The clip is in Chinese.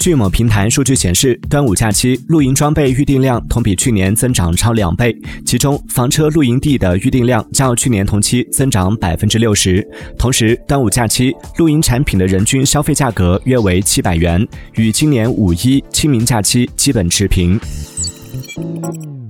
据某平台数据显示，端午假期露营装备预订量同比去年增长超2倍，其中房车露营地的预订量较去年同期增长60%。同时，端午假期露营产品的人均消费价格约为700元，与今年5一清明假期基本持平。